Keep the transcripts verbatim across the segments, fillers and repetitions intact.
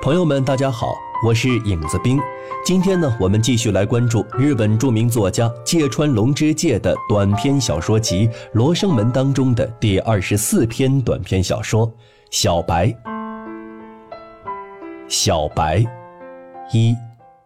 朋友们大家好，我是影子兵。今天呢，我们继续来关注日本著名作家芥川龙之介的短篇小说集《罗生门》当中的第二十四篇短篇小说《小白》。小白一。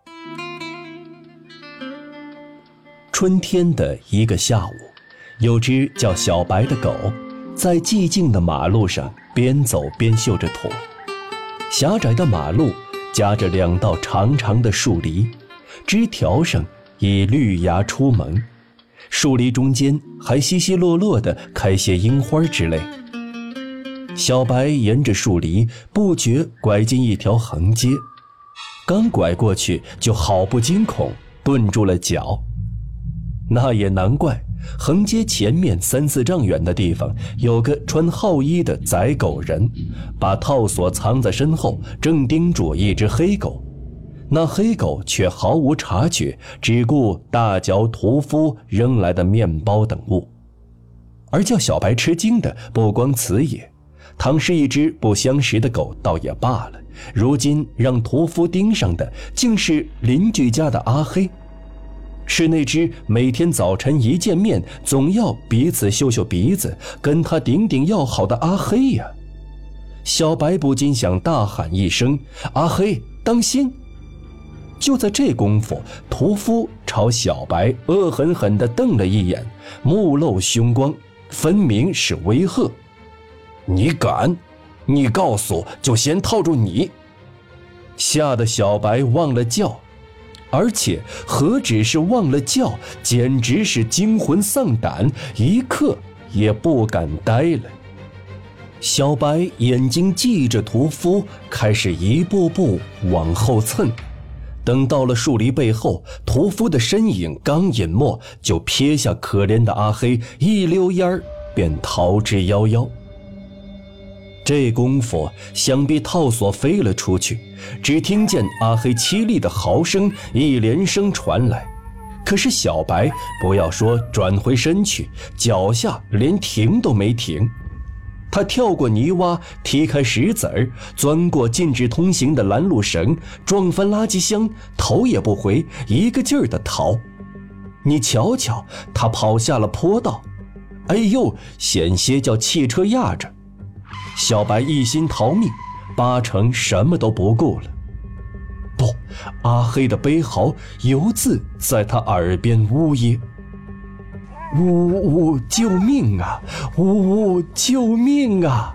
春天的一个下午，有只叫小白的狗在寂静的马路上边走边嗅着土。狭窄的马路夹着两道长长的树篱，枝条上已绿芽初萌，树篱中间还稀稀落落地开些樱花之类。小白沿着树篱不觉拐进一条横街，刚拐过去就好不惊恐，顿住了脚。那也难怪，横街前面三四丈远的地方有个穿号衣的宰狗人，把套索藏在身后，正盯住一只黑狗。那黑狗却毫无察觉，只顾大嚼屠夫扔来的面包等物。而叫小白吃惊的不光此也，倘是一只不相识的狗倒也罢了，如今让屠夫盯上的竟是邻居家的阿黑，是那只每天早晨一见面总要彼此嗅嗅鼻子，跟他顶顶要好的阿黑呀。小白不禁想大喊一声：阿黑，当心！就在这功夫，屠夫朝小白恶狠狠地瞪了一眼，目露凶光，分明是威吓。你敢？你告诉就先套住你！吓得小白忘了叫，而且何止是忘了叫，简直是惊魂丧胆，一刻也不敢待了。小白眼睛记着屠夫，开始一步步往后蹭。等到了树篱背后，屠夫的身影刚隐没，就撇下可怜的阿黑，一溜烟儿便逃之夭夭。这功夫想必套索飞了出去，只听见阿黑凄厉的嚎声一连声传来。可是小白不要说转回身去，脚下连停都没停。他跳过泥洼，踢开石子儿，钻过禁止通行的拦路绳，撞翻垃圾箱，头也不回，一个劲儿地逃。你瞧瞧，他跑下了坡道，哎呦，险些叫汽车压着。小白一心逃命，八成什么都不顾了。不，阿黑的悲嚎犹自在他耳边呜咽：呜呜，救命啊！呜呜，救命啊！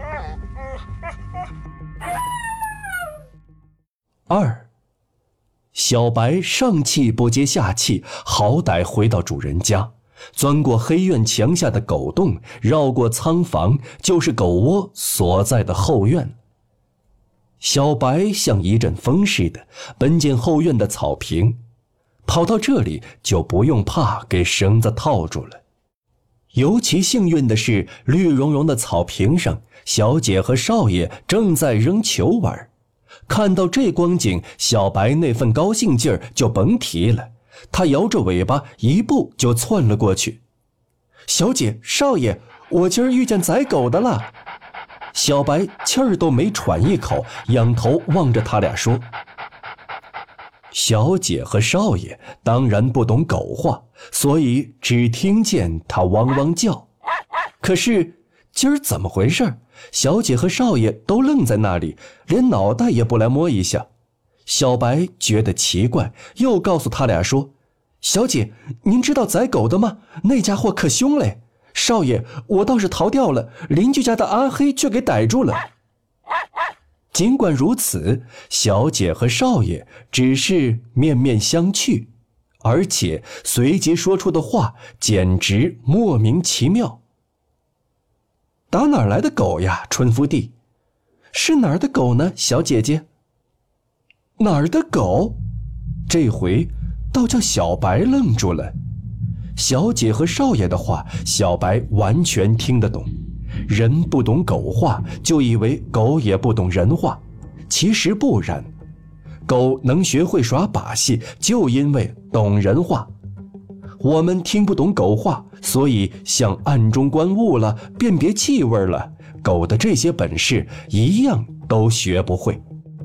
二，小白上气不接下气，好歹回到主人家，钻过黑院墙下的狗洞，绕过仓房，就是狗窝所在的后院。小白像一阵风似的奔进后院的草坪，跑到这里就不用怕给绳子套住了。尤其幸运的是，绿茸茸的草坪上，小姐和少爷正在扔球玩。看到这光景，小白那份高兴劲儿就甭提了，他摇着尾巴一步就窜了过去。小姐，少爷，我今儿遇见宰狗的了。小白气儿都没喘一口，仰头望着他俩说。小姐和少爷当然不懂狗话，所以只听见他汪汪叫。可是今儿怎么回事？小姐和少爷都愣在那里，连脑袋也不来摸一下。小白觉得奇怪，又告诉他俩说：小姐，您知道宰狗的吗？那家伙可凶嘞。少爷，我倒是逃掉了，邻居家的阿黑却给逮住了。尽管如此，小姐和少爷只是面面相觑，而且随即说出的话简直莫名其妙。打哪儿来的狗呀，春夫弟？是哪儿的狗呢，小姐姐？哪儿的狗？这回倒叫小白愣住了。小姐和少爷的话，小白完全听得懂。人不懂狗话，就以为狗也不懂人话，其实不然。狗能学会耍把戏，就因为懂人话。我们听不懂狗话，所以像暗中观物了，辨别气味了，狗的这些本事一样都学不会。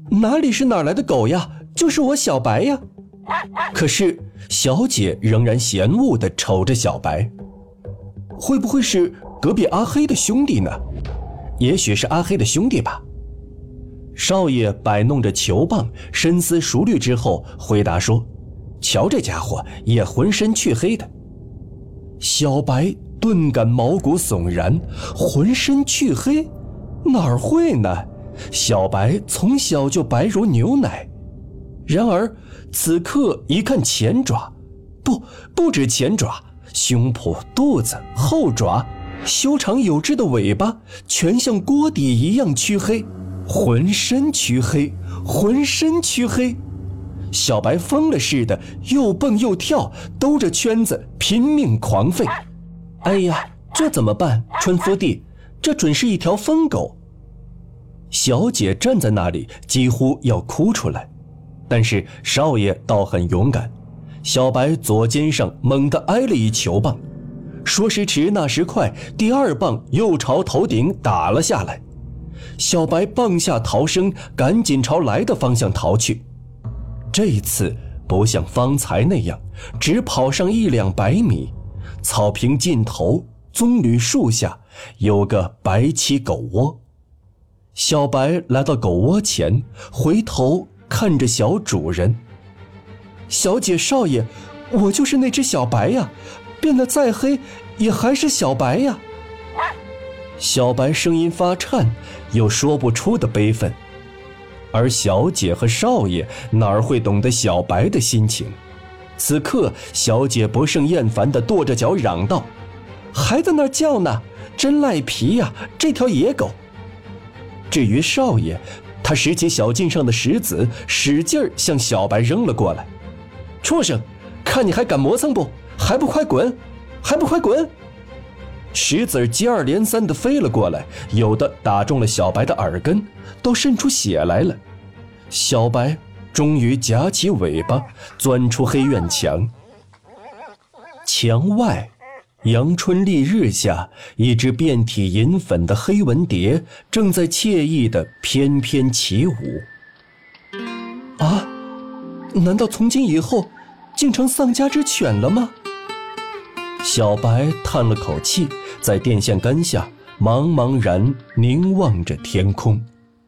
哪里是哪来的狗呀，就是我小白呀。可是小姐仍然嫌恶地瞅着小白，会不会是隔壁阿黑的兄弟呢？也许是阿黑的兄弟吧。少爷摆弄着球棒，深思熟虑之后回答说，瞧这家伙也浑身黢黑的。小白顿感毛骨悚然，浑身黢黑？哪儿会呢？小白从小就白如牛奶。然而此刻一看前爪，不不止前爪，胸脯、肚子、后爪，修长有致的尾巴，全像锅底一样黢黑，浑身黢黑，浑身黢黑。小白疯了似的，又蹦又跳，兜着圈子拼命狂吠。哎呀，这怎么办？春夫弟，这准是一条疯狗。小姐站在那里，几乎要哭出来。但是少爷倒很勇敢，小白左肩上猛地挨了一球棒，说时迟那时快，第二棒又朝头顶打了下来。小白棒下逃生，赶紧朝来的方向逃去。这一次不像方才那样只跑上一两百米，草坪尽头棕榈树下有个白漆狗窝。小白来到狗窝前，回头看着小主人。小姐少爷，我就是那只小白呀，变得再黑也还是小白呀。小白声音发颤，有说不出的悲愤。而小姐和少爷哪会懂得小白的心情？此刻小姐不胜厌烦地跺着脚嚷道，还在那儿叫呢，真赖皮呀，这条野狗。至于少爷，他拾起小径上的石子，使劲儿向小白扔了过来。畜生，看你还敢磨蹭不？还不快滚，还不快滚！石子接二连三地飞了过来，有的打中了小白的耳根，都渗出血来了。小白终于夹起尾巴钻出黑院墙。墙外阳春丽日下，一只遍体银粉的黑纹蝶正在惬意地翩翩起舞。啊，难道从今以后竟成丧家之犬了吗？小白叹了口气，在电线杆下茫茫然凝望着天空。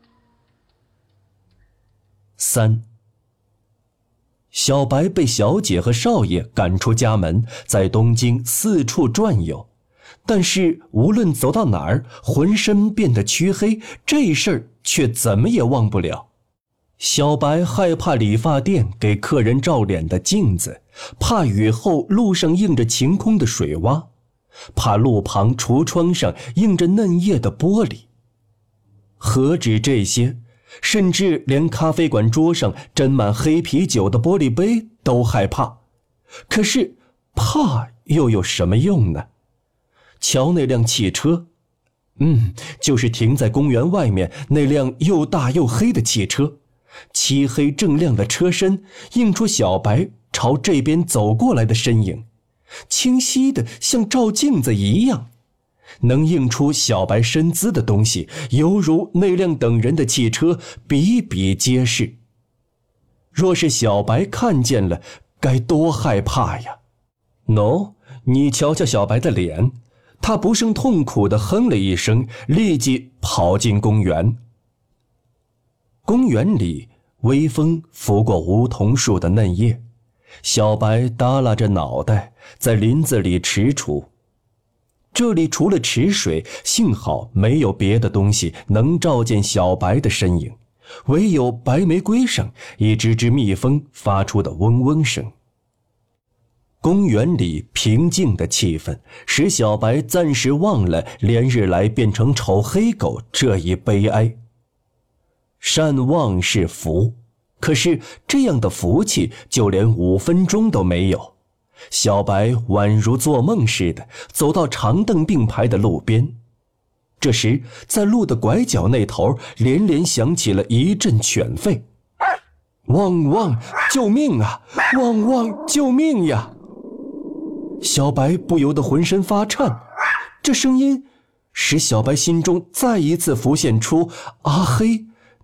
三，小白被小姐和少爷赶出家门，在东京四处转悠，但是无论走到哪儿，浑身变得黢黑，这事儿却怎么也忘不了。小白害怕理发店给客人照脸的镜子，怕雨后路上映着晴空的水洼，怕路旁橱窗上映着嫩叶的玻璃。何止这些，甚至连咖啡馆桌上斟满黑啤酒的玻璃杯都害怕。可是怕又有什么用呢？瞧那辆汽车，嗯，就是停在公园外面那辆又大又黑的汽车，漆黑锃亮的车身映出小白朝这边走过来的身影，清晰的像照镜子一样。能映出小白身姿的东西，犹如那辆等人的汽车，比比皆是。若是小白看见了，该多害怕呀！喏，你瞧瞧小白的脸，他不胜痛苦地哼了一声，立即跑进公园。公园里，微风拂过梧桐树的嫩叶，小白耷拉着脑袋在林子里踟蹰。这里除了池水，幸好没有别的东西能照见小白的身影，唯有白玫瑰上一只只蜜蜂发出的嗡嗡声。公园里平静的气氛使小白暂时忘了连日来变成丑黑狗这一悲哀。善忘是福，可是这样的福气就连五分钟都没有。小白宛如做梦似的走到长凳并排的路边，这时在路的拐角那头连连响起了一阵犬吠。汪汪，救命啊！汪汪，救命呀！小白不由得浑身发颤，这声音使小白心中再一次浮现出阿黑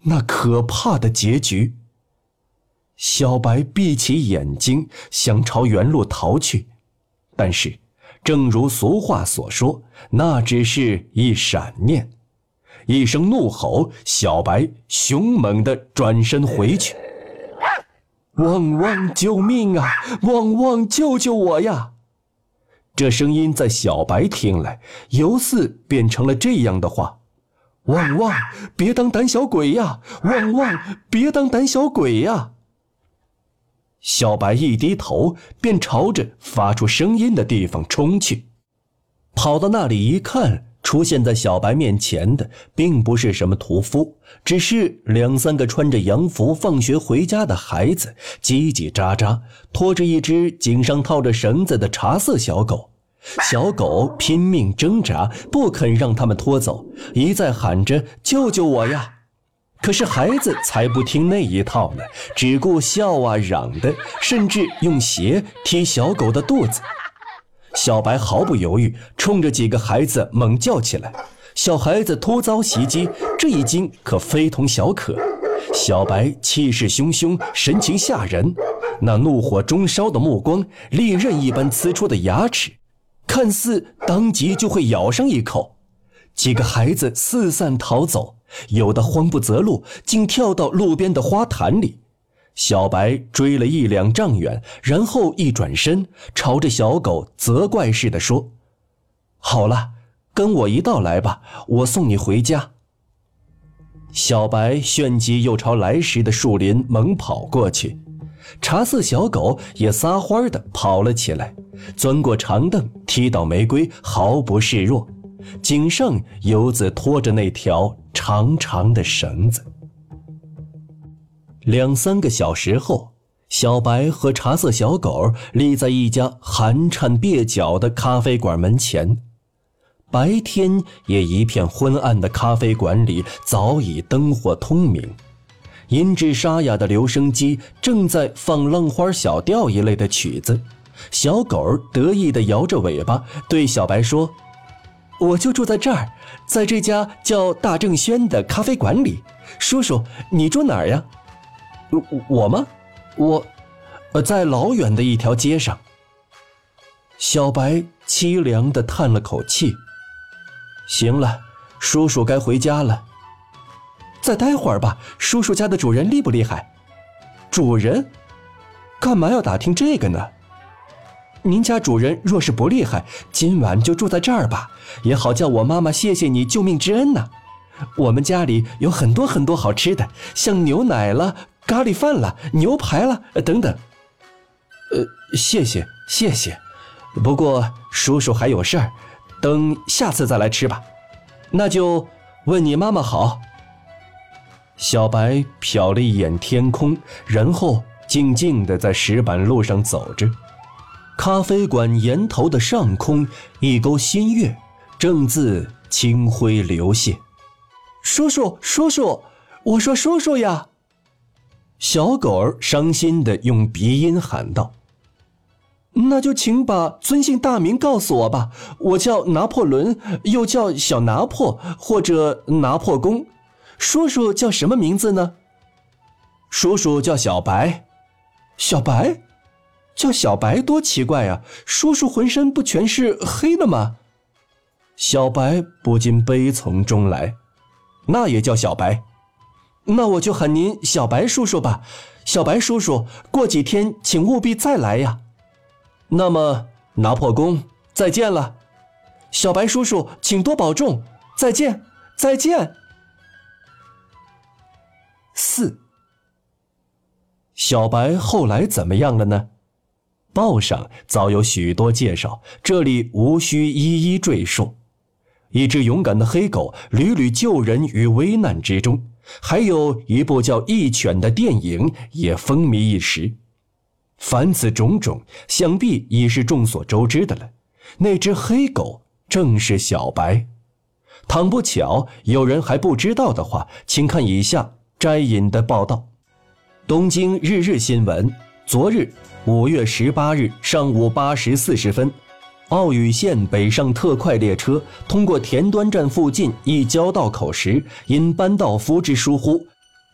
那可怕的结局。小白闭起眼睛，想朝原路逃去，但是正如俗话所说，那只是一闪念。一声怒吼，小白凶猛地转身回去。汪汪，救命啊！汪汪，救救我呀！这声音在小白听来，犹似变成了这样的话：汪汪，别当胆小鬼呀！汪汪，别当胆小鬼呀！小白一低头，便朝着发出声音的地方冲去。跑到那里一看，出现在小白面前的并不是什么屠夫，只是两三个穿着洋服放学回家的孩子，叽叽喳喳，拖着一只颈上套着绳子的茶色小狗。小狗拼命挣扎，不肯让他们拖走，一再喊着救救我呀！可是孩子才不听那一套呢，只顾笑啊嚷的，甚至用鞋踢小狗的肚子。小白毫不犹豫，冲着几个孩子猛叫起来。小孩子突遭袭击，这一惊可非同小可。小白气势汹汹，神情吓人，那怒火中烧的目光，利刃一般呲出的牙齿，看似当即就会咬上一口。几个孩子四散逃走，有的慌不择路，竟跳到路边的花坛里。小白追了一两丈远，然后一转身，朝着小狗责怪似的说：好了，跟我一道来吧，我送你回家。小白旋即又朝来时的树林猛跑过去，茶色小狗也撒欢地跑了起来，钻过长凳，踢倒玫瑰，毫不示弱。颈上游子拖着那条长长的绳子。两三个小时后，小白和茶色小狗立在一家寒颤蹩脚的咖啡馆门前。白天也一片昏暗的咖啡馆里早已灯火通明，音质沙哑的留声机正在放浪花小调一类的曲子。小狗得意地摇着尾巴对小白说：我就住在这儿，在这家叫大正轩的咖啡馆里。叔叔，你住哪儿呀？我吗？我呃，在老远的一条街上。小白凄凉地叹了口气。行了，叔叔该回家了。再待会儿吧，叔叔家的主人厉不厉害？主人？干嘛要打听这个呢？您家主人若是不厉害，今晚就住在这儿吧，也好叫我妈妈谢谢你救命之恩呢。我们家里有很多很多好吃的，像牛奶了、咖喱饭了、牛排了等等。呃，谢谢谢谢，不过叔叔还有事儿，等下次再来吃吧。那就问你妈妈好。小白瞟了一眼天空，然后静静地在石板路上走着。咖啡馆檐头的上空，一钩新月正自清辉流泻。叔叔叔叔，我说叔叔呀！小狗儿伤心地用鼻音喊道：那就请把尊姓大名告诉我吧，我叫拿破仑，又叫小拿破或者拿破公。叔叔叫什么名字呢？叔叔叫小白。小白？叫小白多奇怪啊，叔叔浑身不全是黑的吗？小白不禁悲从中来。那也叫小白？那我就喊您小白叔叔吧。小白叔叔，过几天请务必再来呀。那么拿破公，再见了。小白叔叔，请多保重，再见再见。四。小白后来怎么样了呢？报上早有许多介绍，这里无需一一赘述。一只勇敢的黑狗屡屡救人于危难之中，还有一部叫《义犬》的电影也风靡一时。凡此种种，想必已是众所周知的了。那只黑狗正是小白。倘不巧有人还不知道的话，请看以下摘引的报道。东京日日新闻，昨日五月十八日上午八时四十分，奥羽线北上特快列车通过田端站附近一交道口时，因班道夫之疏忽，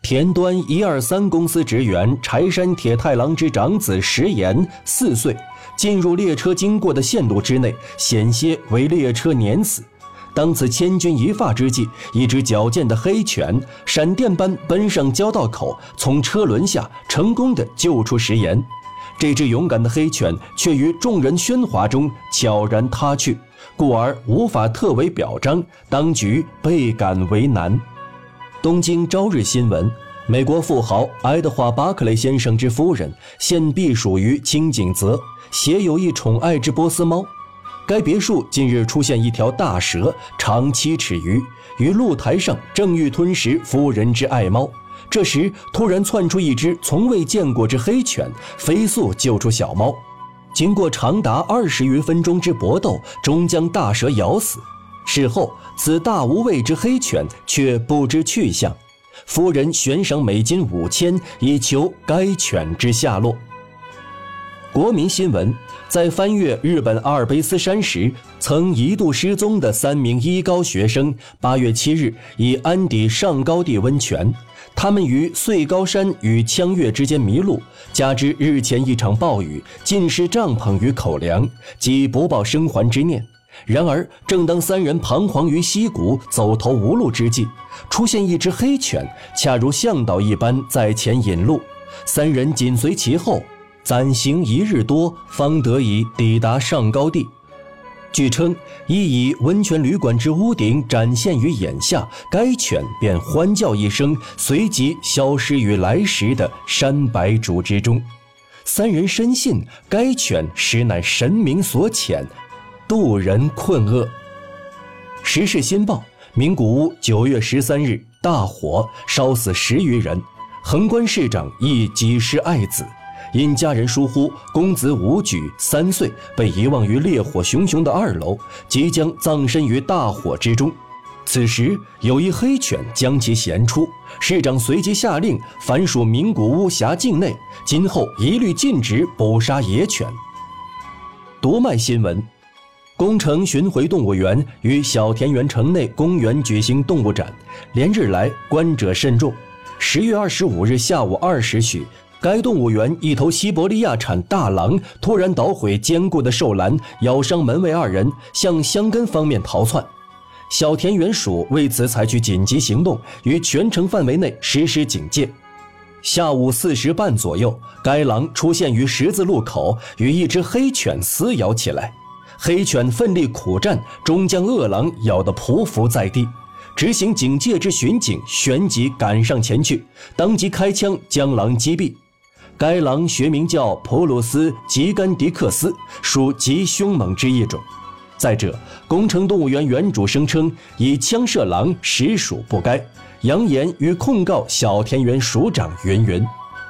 田端一二三公司职员柴山铁太郎之长子石岩四岁，进入列车经过的线路之内，险些为列车碾死。当此千钧一发之际，一只矫健的黑犬闪电般奔上交道口，从车轮下成功地救出石岩。这只勇敢的黑犬却于众人喧哗中悄然他去，故而无法特为表彰，当局倍感为难。东京朝日新闻，美国富豪爱德华·巴克雷先生之夫人现避暑于清景泽，携有一宠爱之波斯猫。该别墅近日出现一条大蛇，长七尺余，于露台上正欲吞食夫人之爱猫。这时突然窜出一只从未见过之黑犬，飞速救出小猫。经过长达二十余分钟之搏斗，终将大蛇咬死。事后此大无畏之黑犬却不知去向，夫人悬赏美金五千，以求该犬之下落。国民新闻，在翻越日本阿尔卑斯山时，曾一度失踪的三名一高学生，八月七日已安抵上高地温泉。他们于穗高山与枪岳之间迷路，加之日前一场暴雨，浸湿帐篷与口粮，即不抱生还之念。然而正当三人彷徨于溪谷，走投无路之际，出现一只黑犬，恰如向导一般在前引路，三人紧随其后，暂行一日多，方得以抵达上高地。据称，一以温泉旅馆之屋顶展现于眼下，该犬便欢叫一声，随即消失于来时的山白竹之中。三人深信该犬实乃神明所遣，渡人困厄。时事新报，名古屋九月十三日大火，烧死十余人，横关市长亦几失爱子。因家人疏忽，公子武举三岁被遗忘于烈火熊熊的二楼，即将葬身于大火之中。此时有一黑犬将其衔出，市长随即下令，凡属名古屋辖境内，今后一律禁止捕杀野犬。读卖新闻，宫城巡回动物园于小田园城内公园举行动物展，连日来观者甚众。十月二十五日下午二时许，该动物园一头西伯利亚产大狼突然捣毁坚固的兽栏，咬伤门卫二人，向箱根方面逃窜。小田园署为此采取紧急行动，于全城范围内实施警戒。下午四时半左右，该狼出现于十字路口，与一只黑犬撕咬起来。黑犬奋力苦战，终将恶狼咬得匍匐在地。执行警戒之巡警旋即赶上前去，当即开枪将狼击毙。该狼学名叫普鲁斯吉甘迪克斯，属极凶猛之一种。再者，宫城动物园园主声称以枪射狼实属不该，扬言欲控告小田园署长云云。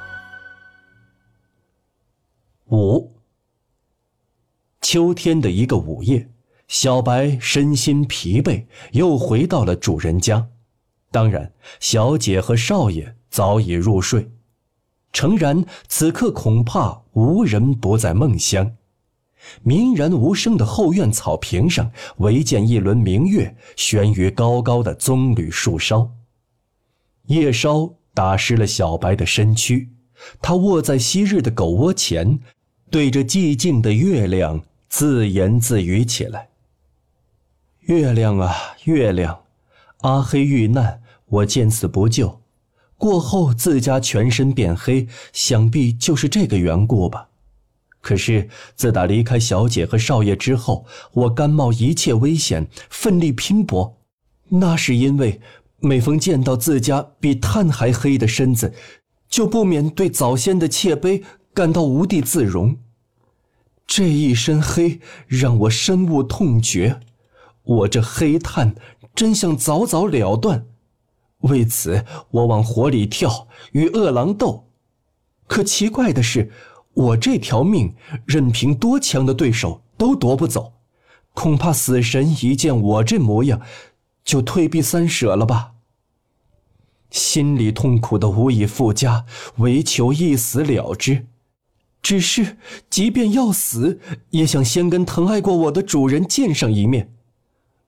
五，秋天的一个午夜，小白身心疲惫，又回到了主人家。当然，小姐和少爷早已入睡。诚然，此刻恐怕无人不在梦乡。民然无声的后院草坪上，唯见一轮明月悬于高高的棕榈树梢。夜烧打湿了小白的身躯，他卧在昔日的狗窝前，对着寂静的月亮自言自语起来：月亮啊月亮，阿黑遇难，我见死不救，过后自家全身变黑，想必就是这个缘故吧。可是自打离开小姐和少爷之后，我甘冒一切危险，奋力拼搏，那是因为每逢见到自家比炭还黑的身子，就不免对早先的妾悲感到无地自容。这一身黑让我深恶痛绝，我这黑炭真想早早了断。为此我往火里跳，与恶狼斗。可奇怪的是，我这条命任凭多强的对手都夺不走，恐怕死神一见我这模样，就退避三舍了吧。心里痛苦的无以复加，唯求一死了之。只是即便要死，也想先跟疼爱过我的主人见上一面。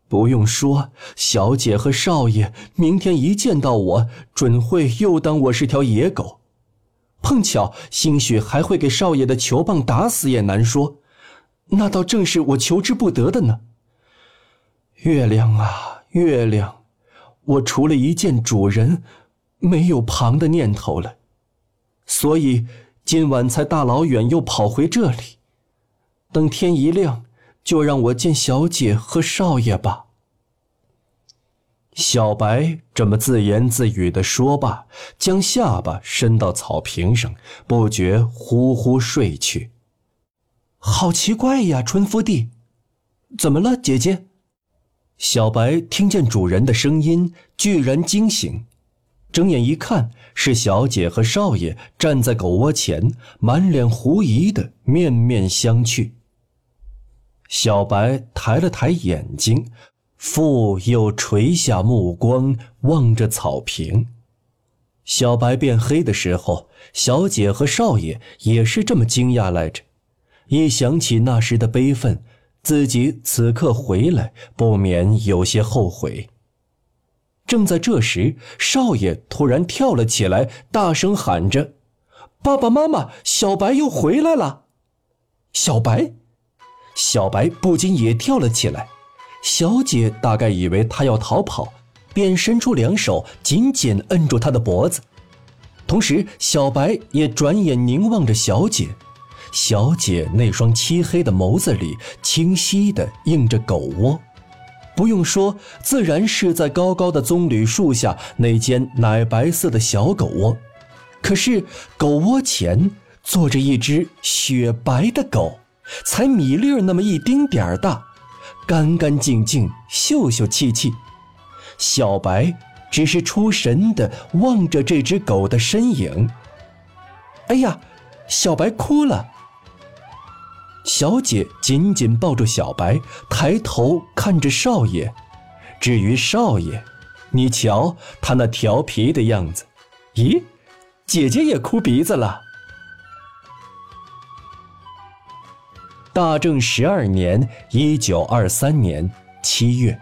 不用说，小姐和少爷明天一见到我，准会又当我是条野狗。碰巧兴许还会给少爷的球棒打死也难说，那倒正是我求之不得的呢。月亮啊月亮，我除了一见主人，没有旁的念头了，所以今晚才大老远又跑回这里。等天一亮，就让我见小姐和少爷吧。小白这么自言自语地说罢，将下巴伸到草坪上，不觉呼呼睡去。好奇怪呀，春夫弟，怎么了，姐姐？小白听见主人的声音，居然惊醒，睁眼一看，是小姐和少爷站在狗窝前，满脸狐疑的面面相觑。小白抬了抬眼睛，复又垂下目光望着草坪。小白变黑的时候，小姐和少爷也是这么惊讶来着。一想起那时的悲愤，自己此刻回来，不免有些后悔。正在这时，少爷突然跳了起来，大声喊着：“爸爸妈妈，小白又回来了！”小白，小白不禁也跳了起来。小姐大概以为他要逃跑，便伸出两手紧紧摁住他的脖子。同时，小白也转眼凝望着小姐。小姐那双漆黑的眸子里清晰地映着狗窝，不用说，自然是在高高的棕榈树下那间奶白色的小狗窝。可是狗窝前坐着一只雪白的狗，才米粒那么一丁点儿大，干干净净，秀秀气气。小白只是出神地望着这只狗的身影。哎呀，小白哭了。小姐紧紧抱住小白，抬头看着少爷。至于少爷，你瞧他那调皮的样子，咦，姐姐也哭鼻子了。大正十二年，一九二三年七月。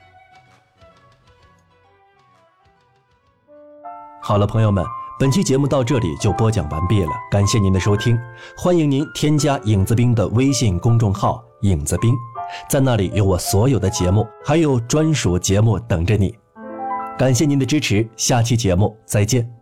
好了，朋友们，本期节目到这里就播讲完毕了，感谢您的收听，欢迎您添加影子兵的微信公众号影子兵，在那里有我所有的节目，还有专属节目等着你。感谢您的支持，下期节目再见。